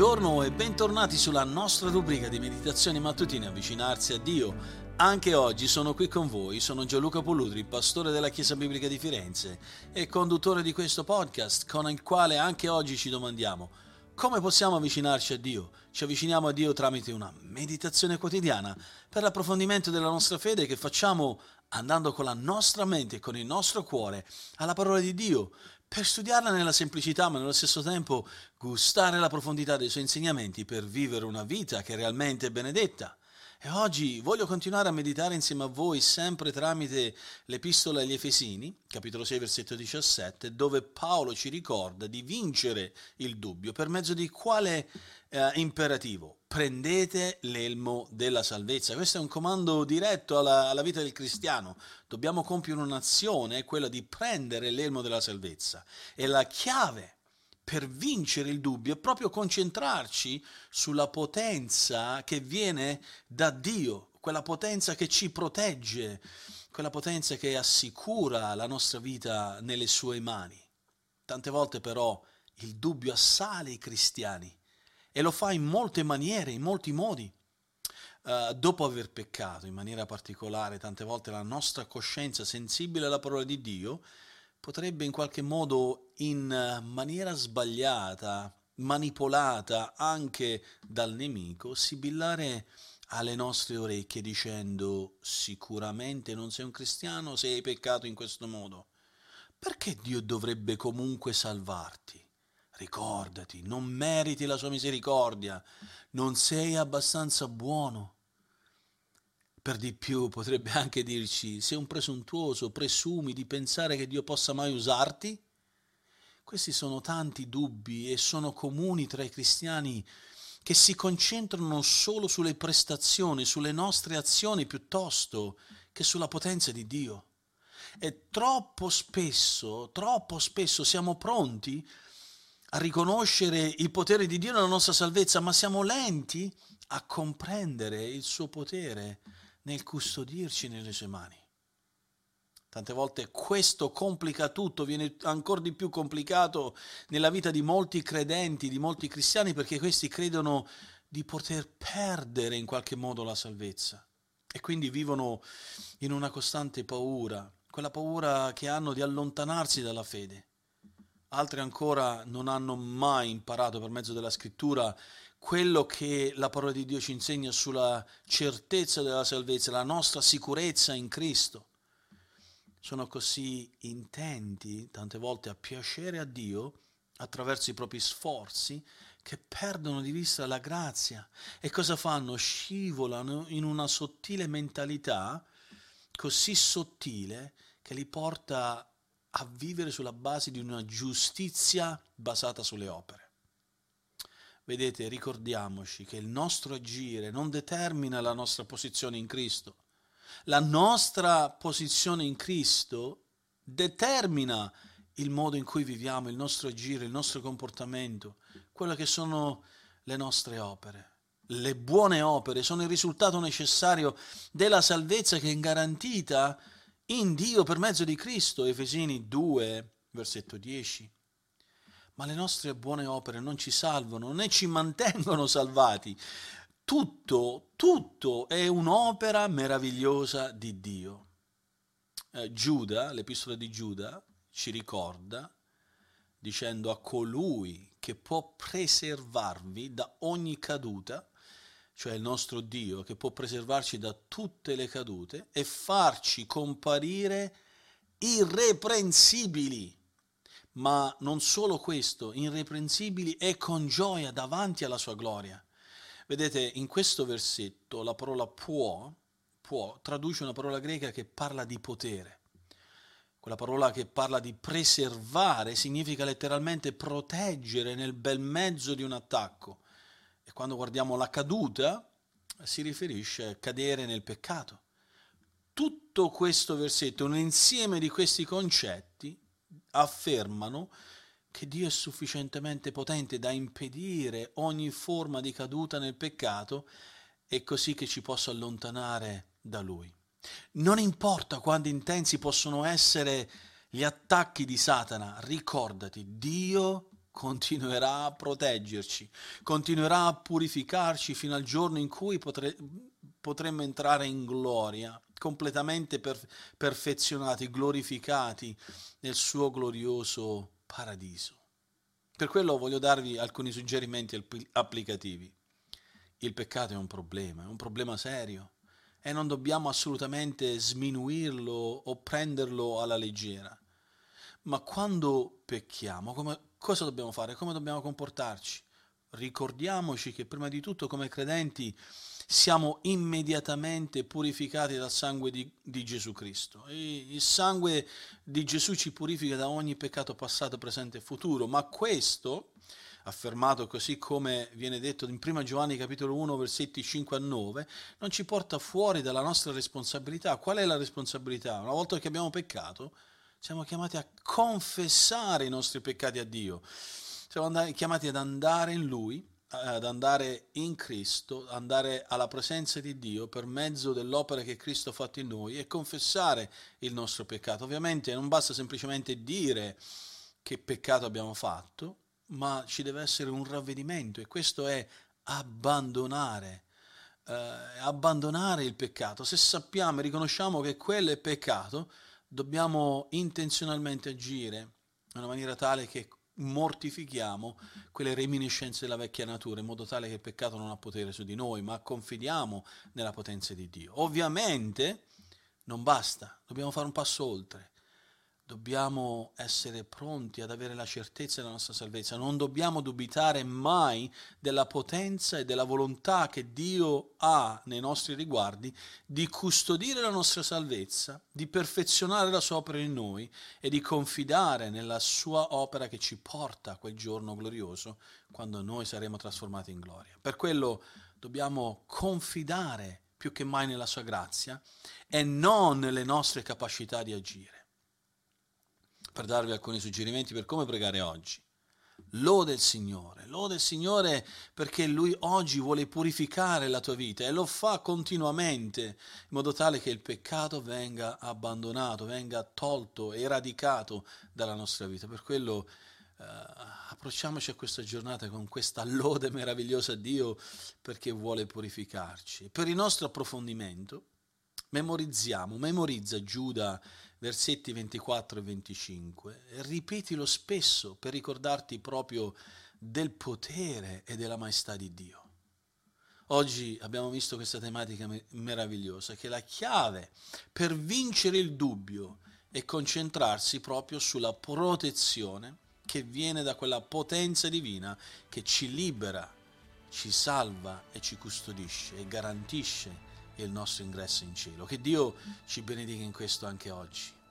Buongiorno e bentornati sulla nostra rubrica di meditazioni mattutine Avvicinarsi a Dio. Anche oggi sono qui con voi, sono Gianluca Pollutri, pastore della Chiesa Biblica di Firenze e conduttore di questo podcast con il quale anche oggi ci domandiamo: come possiamo avvicinarci a Dio? Ci avviciniamo a Dio tramite una meditazione quotidiana per l'approfondimento della nostra fede che facciamo andando con la nostra mente e con il nostro cuore alla parola di Dio, per studiarla nella semplicità ma nello stesso tempo gustare la profondità dei suoi insegnamenti per vivere una vita che è realmente benedetta. E oggi voglio continuare a meditare insieme a voi sempre tramite l'Epistola agli Efesini, capitolo 6, versetto 17, dove Paolo ci ricorda di vincere il dubbio per mezzo di quale imperativo? Prendete l'elmo della salvezza. Questo è un comando diretto alla vita del cristiano. Dobbiamo compiere un'azione, quella di prendere l'elmo della salvezza. E la chiave per vincere il dubbio è proprio concentrarci sulla potenza che viene da Dio, quella potenza che ci protegge, quella potenza che assicura la nostra vita nelle sue mani. Tante volte però il dubbio assale i cristiani e lo fa in molte maniere, in molti modi. Dopo aver peccato in maniera particolare, tante volte la nostra coscienza sensibile alla parola di Dio potrebbe in qualche modo, in maniera sbagliata, manipolata anche dal nemico, sibillare alle nostre orecchie dicendo: sicuramente non sei un cristiano se hai peccato in questo modo. Perché Dio dovrebbe comunque salvarti? Ricordati, non meriti la sua misericordia, non sei abbastanza buono. Per di più potrebbe anche dirci: sei un presuntuoso, presumi di pensare che Dio possa mai usarti? Questi sono tanti dubbi e sono comuni tra i cristiani che si concentrano solo sulle prestazioni, sulle nostre azioni piuttosto che sulla potenza di Dio. E troppo spesso siamo pronti a riconoscere il potere di Dio nella nostra salvezza, ma siamo lenti a comprendere il suo potere nel custodirci nelle sue mani. Tante volte questo complica tutto, viene ancora di più complicato nella vita di molti credenti, di molti cristiani, perché questi credono di poter perdere in qualche modo la salvezza e quindi vivono in una costante paura, quella paura che hanno di allontanarsi dalla fede. Altri ancora non hanno mai imparato per mezzo della scrittura quello che la parola di Dio ci insegna sulla certezza della salvezza, la nostra sicurezza in Cristo. Sono così intenti tante volte a piacere a Dio attraverso i propri sforzi che perdono di vista la grazia. E cosa fanno? Scivolano in una sottile mentalità, così sottile, che li porta a vivere sulla base di una giustizia basata sulle opere. Vedete, ricordiamoci che il nostro agire non determina la nostra posizione in Cristo. La nostra posizione in Cristo determina il modo in cui viviamo, il nostro agire, il nostro comportamento, quello che sono le nostre opere. Le buone opere sono il risultato necessario della salvezza che è garantita in Dio per mezzo di Cristo. Efesini 2, versetto 10. Ma le nostre buone opere non ci salvano né ci mantengono salvati. Tutto è un'opera meravigliosa di Dio. Giuda, l'epistola di Giuda, ci ricorda dicendo: a colui che può preservarvi da ogni caduta, cioè il nostro Dio che può preservarci da tutte le cadute e farci comparire irreprensibili. Ma non solo questo, irreprensibili e con gioia davanti alla sua gloria. Vedete, in questo versetto la parola può traduce una parola greca che parla di potere. Quella parola che parla di preservare significa letteralmente proteggere nel bel mezzo di un attacco. E quando guardiamo la caduta si riferisce a cadere nel peccato. Tutto questo versetto, un insieme di questi concetti, affermano che Dio è sufficientemente potente da impedire ogni forma di caduta nel peccato e così che ci possa allontanare da Lui. Non importa quanto intensi possono essere gli attacchi di Satana, ricordati, Dio continuerà a proteggerci, continuerà a purificarci fino al giorno in cui potremmo entrare in gloria, completamente perfezionati, glorificati nel suo glorioso paradiso. Per quello voglio darvi alcuni suggerimenti applicativi. Il peccato è un problema serio e non dobbiamo assolutamente sminuirlo o prenderlo alla leggera. Ma quando pecchiamo, cosa dobbiamo fare? Come dobbiamo comportarci? Ricordiamoci che prima di tutto come credenti siamo immediatamente purificati dal sangue di Gesù Cristo. Il sangue di Gesù ci purifica da ogni peccato passato, presente e futuro, ma questo, affermato così come viene detto in 1 Giovanni capitolo 1 versetti 5 a 9, non ci porta fuori dalla nostra responsabilità. Qual è la responsabilità? Una volta che abbiamo peccato, siamo chiamati a confessare i nostri peccati a Dio. Siamo chiamati ad andare in Lui, ad andare in Cristo, andare alla presenza di Dio per mezzo dell'opera che Cristo ha fatto in noi e confessare il nostro peccato. Ovviamente non basta semplicemente dire che peccato abbiamo fatto, ma ci deve essere un ravvedimento e questo è abbandonare il peccato. Se sappiamo e riconosciamo che quello è peccato, dobbiamo intenzionalmente agire in una maniera tale che mortifichiamo quelle reminiscenze della vecchia natura, in modo tale che il peccato non ha potere su di noi, ma confidiamo nella potenza di Dio. Ovviamente non basta, dobbiamo fare un passo oltre. Dobbiamo essere pronti ad avere la certezza della nostra salvezza, non dobbiamo dubitare mai della potenza e della volontà che Dio ha nei nostri riguardi di custodire la nostra salvezza, di perfezionare la sua opera in noi e di confidare nella sua opera che ci porta a quel giorno glorioso quando noi saremo trasformati in gloria. Per quello dobbiamo confidare più che mai nella sua grazia e non nelle nostre capacità di agire. Per darvi alcuni suggerimenti per come pregare oggi. Lode il Signore perché Lui oggi vuole purificare la tua vita e lo fa continuamente in modo tale che il peccato venga abbandonato, venga tolto, eradicato dalla nostra vita. Per quello approcciamoci a questa giornata con questa lode meravigliosa a Dio perché vuole purificarci. Per il nostro approfondimento memorizza Giuda versetti 24 e 25 e ripetilo spesso per ricordarti proprio del potere e della maestà di Dio. Oggi abbiamo visto questa tematica meravigliosa, che la chiave per vincere il dubbio è concentrarsi proprio sulla protezione che viene da quella potenza divina che ci libera, ci salva e ci custodisce e garantisce il nostro ingresso in cielo. Che Dio ci benedica in questo anche oggi.